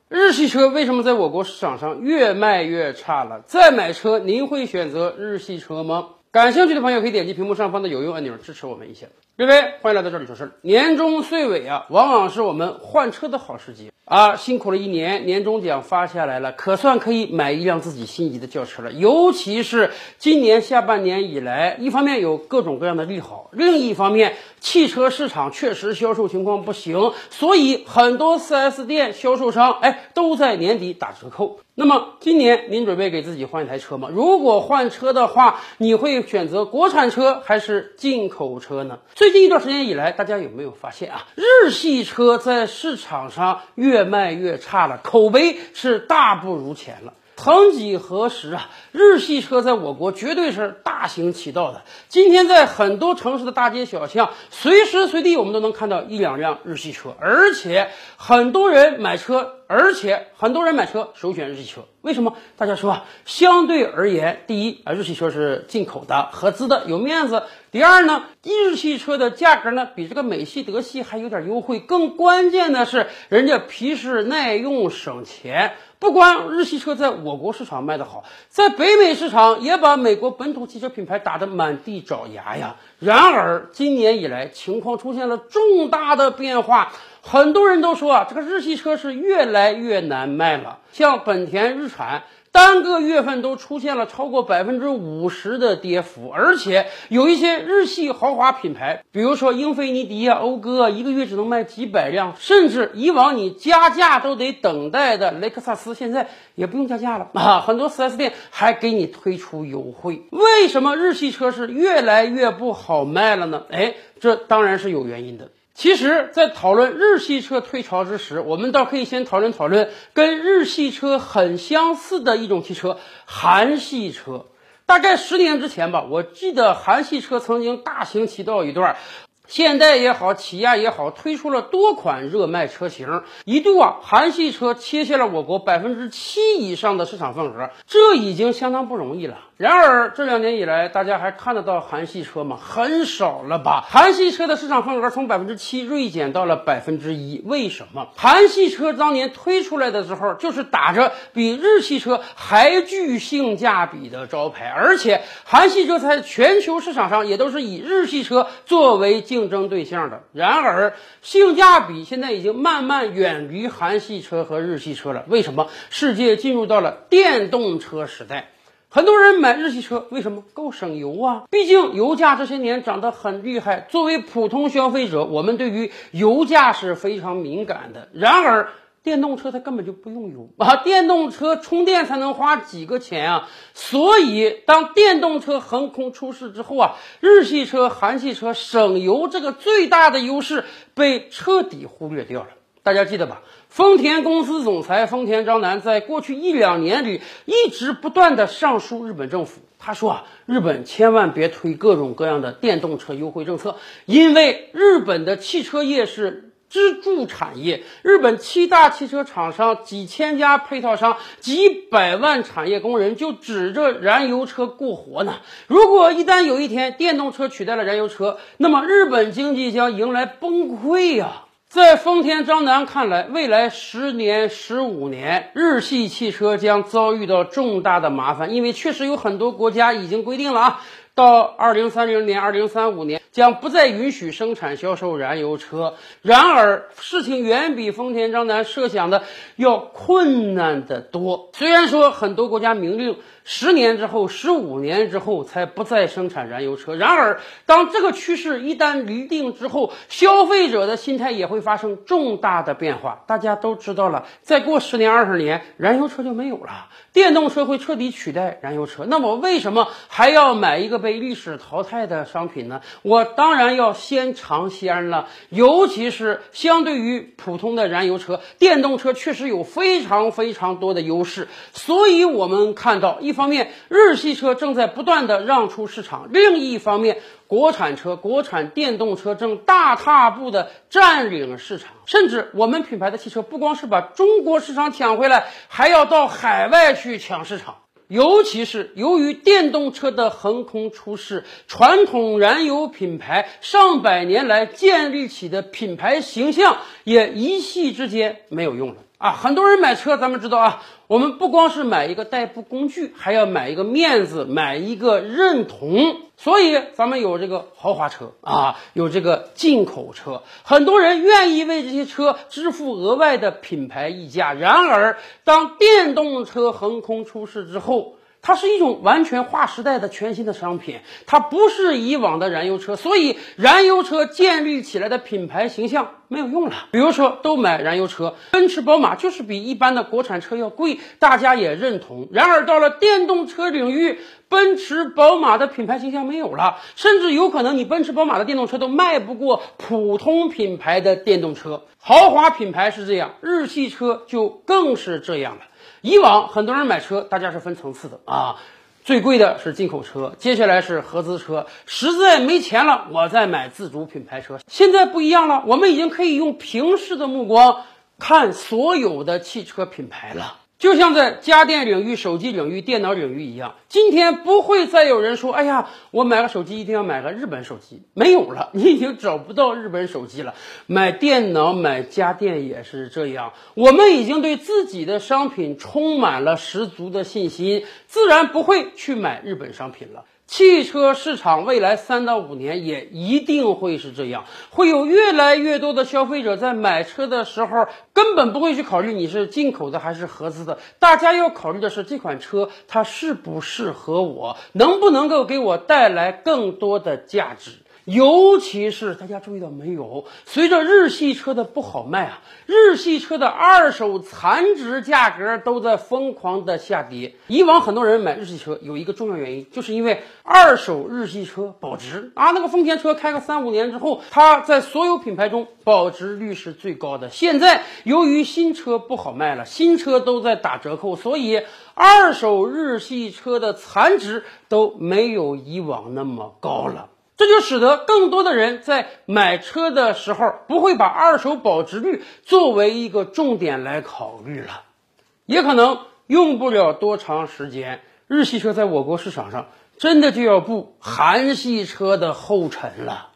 日系车为什么在我国市场上越卖越差了？再买车，您会选择日系车吗？感兴趣的朋友可以点击屏幕上方的有用按钮支持我们一下。各位，欢迎来到这里说事儿。年终岁尾啊，往往是我们换车的好时机啊！辛苦了一年，年终奖发下来了，可算可以买一辆自己心仪的轿车了。尤其是今年下半年以来，一方面有各种各样的利好，另一方面汽车市场确实销售情况不行，所以很多 4S 店销售商都在年底打折扣。那么今年您准备给自己换一台车吗？如果换车的话，你会选择国产车还是进口车呢？最近一段时间以来，大家有没有发现啊，日系车在市场上越卖越差了，口碑是大不如前了。曾几何时啊，日系车在我国绝对是大行其道的。今天在很多城市的大街小巷，随时随地我们都能看到一两辆日系车，而且很多人买车首选日系车。为什么？大家说啊，相对而言，第一日系车是进口的、合资的，有面子。第二呢，日系车的价格呢比这个美系、德系还有点优惠。更关键的是，人家皮实耐用、省钱。不光日系车在我国市场卖得好，在北美市场也把美国本土汽车品牌打得满地找牙呀。然而今年以来，情况出现了重大的变化。很多人都说啊，这个日系车是越来越难卖了。像本田、日产单个月份都出现了超过50%的跌幅，而且有一些日系豪华品牌，比如说英菲尼迪啊、讴歌啊，一个月只能卖几百辆，甚至以往你加价都得等待的雷克萨斯，现在也不用加价了啊！很多 4S 店还给你推出优惠。为什么日系车是越来越不好卖了呢？这当然是有原因的。其实，在讨论日系车退潮之时，我们倒可以先讨论跟日系车很相似的一种汽车——韩系车。大概10年之前吧，我记得韩系车曾经大行其道一段。现代也好，起亚也好，推出了多款热卖车型，一度韩系车切下了我国7%以上的市场份额，这已经相当不容易了。然而这2年以来，大家还看得到韩系车吗？很少了吧？韩系车的市场份额从7%锐减到了1%。为什么？韩系车当年推出来的时候，就是打着比日系车还具性价比的招牌，而且韩系车在全球市场上也都是以日系车作为竞争对象的。然而性价比现在已经慢慢远离韩系车和日系车了。为什么？世界进入到了电动车时代。很多人买日系车，为什么？够省油啊！毕竟油价这些年涨得很厉害，作为普通消费者，我们对于油价是非常敏感的。然而电动车它根本就不用油啊，电动车充电才能花几个钱啊！所以当电动车横空出世之后啊，日系车、韩系车省油这个最大的优势被彻底忽略掉了。大家记得吧？丰田公司总裁丰田章男在过去1、2年里一直不断的上书日本政府。他说日本千万别推各种各样的电动车优惠政策，因为日本的汽车业是支柱产业，日本7大汽车厂商、几千家配套商、几百万产业工人就指着燃油车过活呢。如果一旦有一天电动车取代了燃油车，那么日本经济将迎来崩溃啊！在丰田章男看来，未来10年、15年，日系汽车将遭遇到重大的麻烦，因为确实有很多国家已经规定了到2030年、2035年将不再允许生产销售燃油车。然而事情远比丰田章男设想的要困难得多。虽然说很多国家明令10年之后、15年之后才不再生产燃油车，然而当这个趋势一旦厘定之后，消费者的心态也会发生重大的变化。大家都知道了，再过10年、20年，燃油车就没有了，电动车会彻底取代燃油车。那我为什么还要买一个被历史淘汰的商品呢？我当然要先尝鲜了。尤其是相对于普通的燃油车，电动车确实有非常多的优势。所以我们看到，一方面日系车正在不断的让出市场，另一方面国产电动车正大踏步的占领市场。甚至我们品牌的汽车不光是把中国市场抢回来，还要到海外去抢市场。尤其是由于电动车的横空出世，传统燃油品牌上百年来建立起的品牌形象也一夕之间没有用了。 啊，很多人买车，咱们知道啊，我们不光是买一个代步工具，还要买一个面子，买一个认同。所以咱们有这个豪华车啊，有这个进口车，很多人愿意为这些车支付额外的品牌溢价。然而，当电动车横空出世之后，它是一种完全划时代的全新的商品，它不是以往的燃油车，所以燃油车建立起来的品牌形象没有用了。比如说都买燃油车，奔驰宝马就是比一般的国产车要贵，大家也认同。然而到了电动车领域，奔驰宝马的品牌形象没有了，甚至有可能你奔驰宝马的电动车都卖不过普通品牌的电动车。豪华品牌是这样，日系车就更是这样了。以往很多人买车，大家是分层次的啊，最贵的是进口车，接下来是合资车，实在没钱了，我再买自主品牌车。现在不一样了，我们已经可以用平视的目光看所有的汽车品牌了。就像在家电领域、手机领域、电脑领域一样，今天不会再有人说，哎呀，我买个手机一定要买个日本手机，没有了，你已经找不到日本手机了。买电脑、买家电也是这样，我们已经对自己的商品充满了十足的信心，自然不会去买日本商品了。汽车市场未来3到5年也一定会是这样，会有越来越多的消费者在买车的时候根本不会去考虑你是进口的还是合资的，大家要考虑的是这款车它适不适合我，能不能够给我带来更多的价值。尤其是大家注意到没有，随着日系车的不好卖啊，日系车的二手残值价格都在疯狂的下跌。以往很多人买日系车有一个重要原因，就是因为二手日系车保值啊，那个丰田车开个3-5年之后，它在所有品牌中保值率是最高的。现在由于新车不好卖了，新车都在打折扣，所以二手日系车的残值都没有以往那么高了。这就使得更多的人在买车的时候不会把二手保值率作为一个重点来考虑了。也可能用不了多长时间，日系车在我国市场上真的就要步韩系车的后尘了。